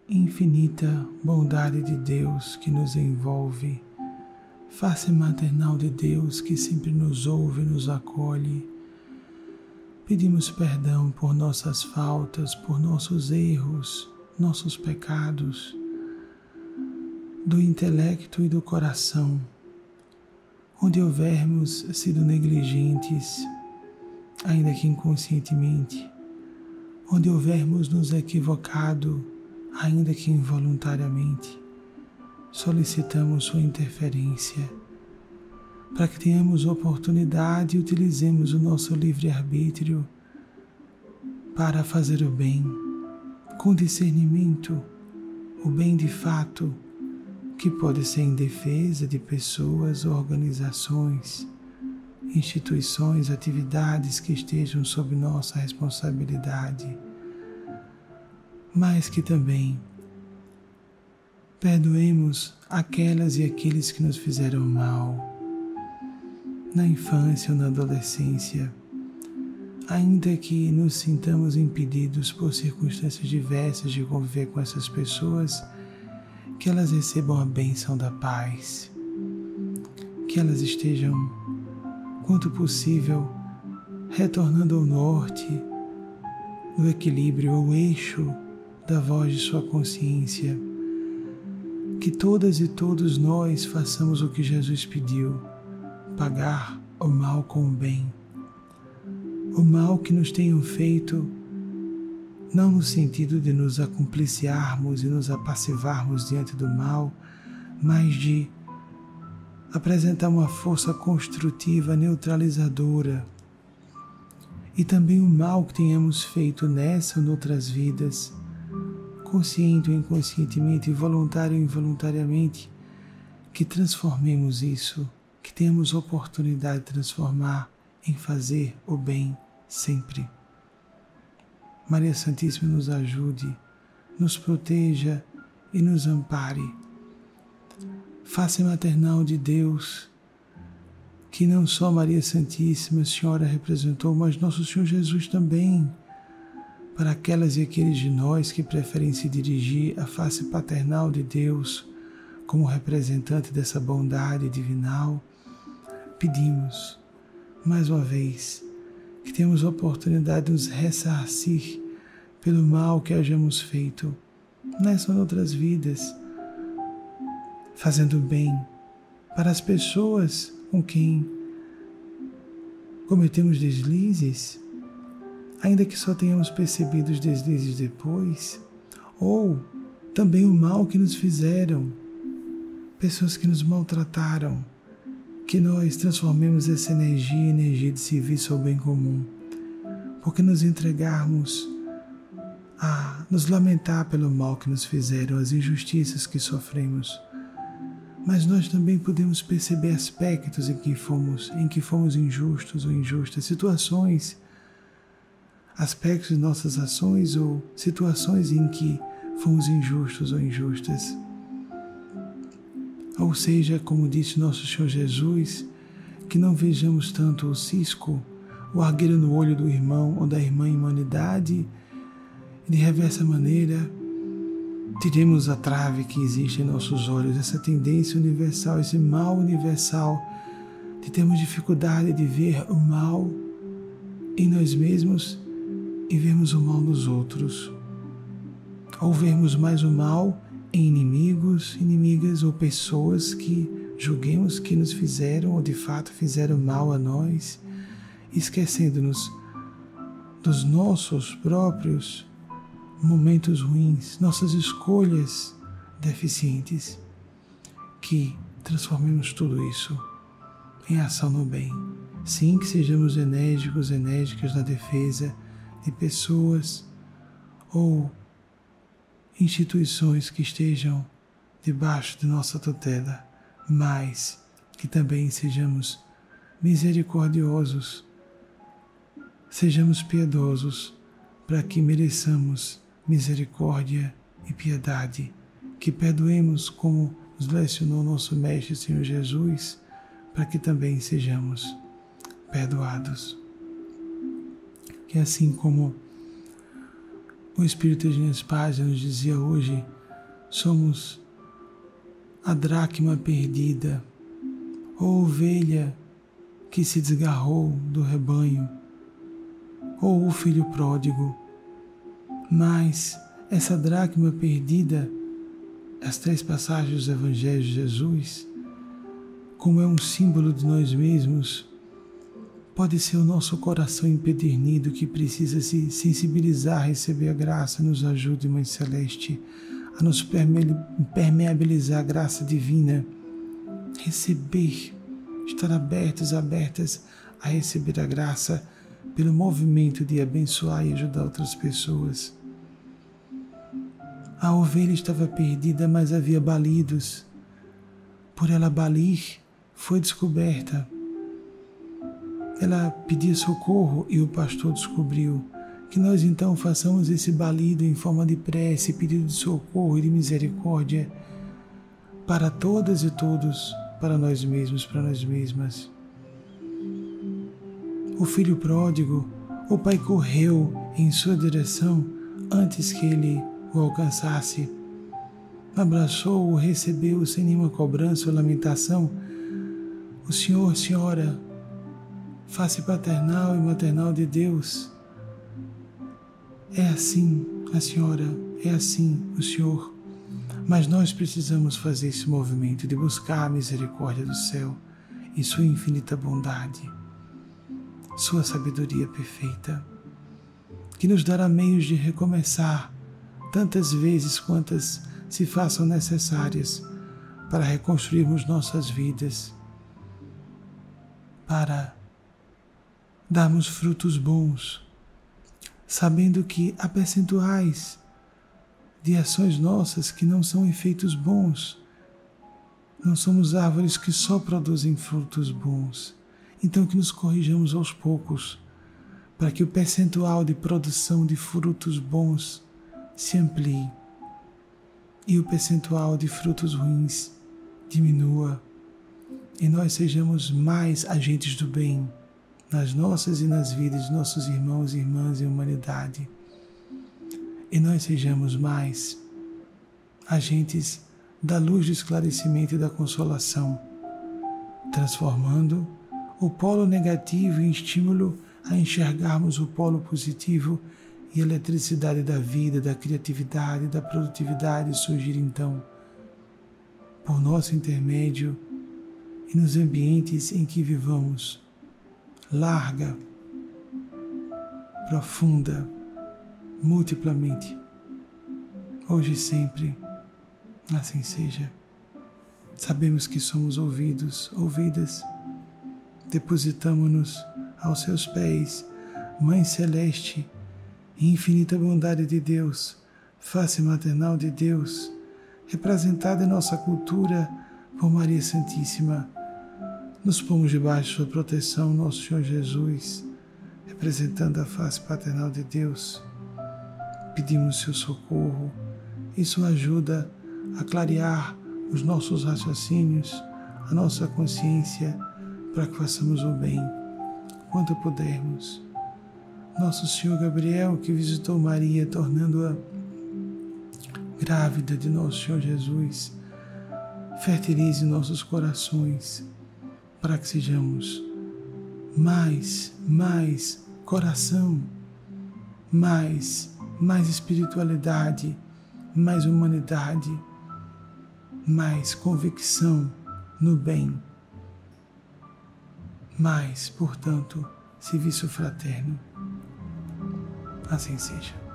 infinita bondade de Deus que nos envolve, face maternal de Deus que sempre nos ouve e nos acolhe, pedimos perdão por nossas faltas, por nossos erros, nossos pecados, do intelecto e do coração, onde houvermos sido negligentes, ainda que inconscientemente, onde houvermos nos equivocado, ainda que involuntariamente, solicitamos sua interferência, para que tenhamos oportunidade e utilizemos o nosso livre-arbítrio para fazer o bem, com discernimento, o bem de fato, que pode ser em defesa de pessoas, organizações, instituições, atividades que estejam sob nossa responsabilidade, mas que também perdoemos aquelas e aqueles que nos fizeram mal, na infância ou na adolescência, ainda que nos sintamos impedidos por circunstâncias diversas de conviver com essas pessoas, que elas recebam a bênção da paz, que elas estejam, quanto possível, retornando ao norte, no equilíbrio, ao eixo da voz de sua consciência, que todas e todos nós façamos o que Jesus pediu, pagar o mal com o bem, o mal que nos tenham feito, não no sentido de nos acompliciarmos e nos apassivarmos diante do mal, mas de apresentar uma força construtiva, neutralizadora, e também o mal que tenhamos feito nessa ou noutras vidas, consciente ou inconscientemente, voluntário ou involuntariamente, que transformemos isso, que tenhamos oportunidade de transformar em fazer o bem sempre. Maria Santíssima nos ajude, nos proteja e nos ampare. Face maternal de Deus, que não só Maria Santíssima, Senhora, representou, mas Nosso Senhor Jesus também, para aquelas e aqueles de nós que preferem se dirigir à face paternal de Deus como representante dessa bondade divinal, pedimos, mais uma vez, que temos a oportunidade de nos ressarcir pelo mal que hajamos feito, nessa ou noutras vidas, fazendo bem para as pessoas com quem cometemos deslizes, ainda que só tenhamos percebido os deslizes depois, ou também o mal que nos fizeram, pessoas que nos maltrataram, que nós transformemos essa energia em energia de serviço ao bem comum, porque nos entregarmos a nos lamentar pelo mal que nos fizeram, as injustiças que sofremos, mas nós também podemos perceber aspectos em que fomos injustos ou injustas, situações, aspectos de nossas ações ou situações em que fomos injustos ou injustas. Ou seja, como disse Nosso Senhor Jesus, que não vejamos tanto o cisco, o argueiro no olho do irmão ou da irmã em humanidade, e de reversa maneira, tiremos a trave que existe em nossos olhos, essa tendência universal, esse mal universal, de termos dificuldade de ver o mal em nós mesmos e vermos o mal nos outros, ou vermos mais o mal em inimigos, inimigas ou pessoas que julguemos que nos fizeram ou de fato fizeram mal a nós, esquecendo-nos dos nossos próprios momentos ruins, nossas escolhas deficientes, que transformemos tudo isso em ação no bem. Sim, que sejamos enérgicos, enérgicas na defesa de pessoas ou instituições que estejam debaixo de nossa tutela, mas que também sejamos misericordiosos, sejamos piedosos, para que mereçamos misericórdia e piedade, que perdoemos como nos lecionou nosso Mestre Senhor Jesus, para que também sejamos perdoados. Que assim como o Espírito de Espásia nos dizia hoje somos a dracma perdida, ou ovelha que se desgarrou do rebanho, ou o filho pródigo. Mas essa dracma perdida, as 3 passagens do Evangelho de Jesus, como é um símbolo de nós mesmos, pode ser o nosso coração empedernido que precisa se sensibilizar a receber a graça. Nos ajude, Mãe Celeste, a nos permeabilizar a graça divina, receber, estar abertas a receber a graça pelo movimento de abençoar e ajudar outras pessoas. A ovelha estava perdida, mas havia balidos. Por ela balir, foi descoberta. Ela pedia socorro e o pastor descobriu. Que nós então façamos esse balido em forma de prece, pedido de socorro e de misericórdia para todas e todos, para nós mesmos, para nós mesmas. O filho pródigo, o pai correu em sua direção antes que ele o alcançasse. Abraçou-o, recebeu-o sem nenhuma cobrança ou lamentação. O Senhor, Senhora, face paternal e maternal de Deus, é assim a Senhora, é assim o Senhor. Mas nós precisamos fazer esse movimento de buscar a misericórdia do céu e sua infinita bondade, sua sabedoria perfeita, que nos dará meios de recomeçar tantas vezes quantas se façam necessárias para reconstruirmos nossas vidas, para darmos frutos bons, sabendo que há percentuais de ações nossas que não são efeitos bons. Não somos árvores que só produzem frutos bons. Então que nos corrijamos aos poucos, para que o percentual de produção de frutos bons se amplie e o percentual de frutos ruins diminua, e nós sejamos mais agentes do bem nas nossas e nas vidas de nossos irmãos e irmãs em humanidade. E nós sejamos mais agentes da luz do esclarecimento e da consolação, transformando o polo negativo em estímulo a enxergarmos o polo positivo e a eletricidade da vida, da criatividade, da produtividade surgir então, por nosso intermédio e nos ambientes em que vivamos, larga, profunda, multiplamente, hoje e sempre, assim seja. Sabemos que somos ouvidos, ouvidas, depositamo-nos aos seus pés, Mãe Celeste, infinita bondade de Deus, face maternal de Deus, representada em nossa cultura por Maria Santíssima. Nos pomos debaixo de sua proteção, nosso Senhor Jesus, representando a face paternal de Deus. Pedimos seu socorro e sua ajuda a clarear os nossos raciocínios, a nossa consciência, para que façamos o bem quanto pudermos. Nosso Senhor Gabriel, que visitou Maria, tornando-a grávida de nosso Senhor Jesus, fertilize nossos corações, para que sejamos mais coração, mais espiritualidade, mais humanidade, mais convicção no bem, mais, portanto, serviço fraterno. Assim seja.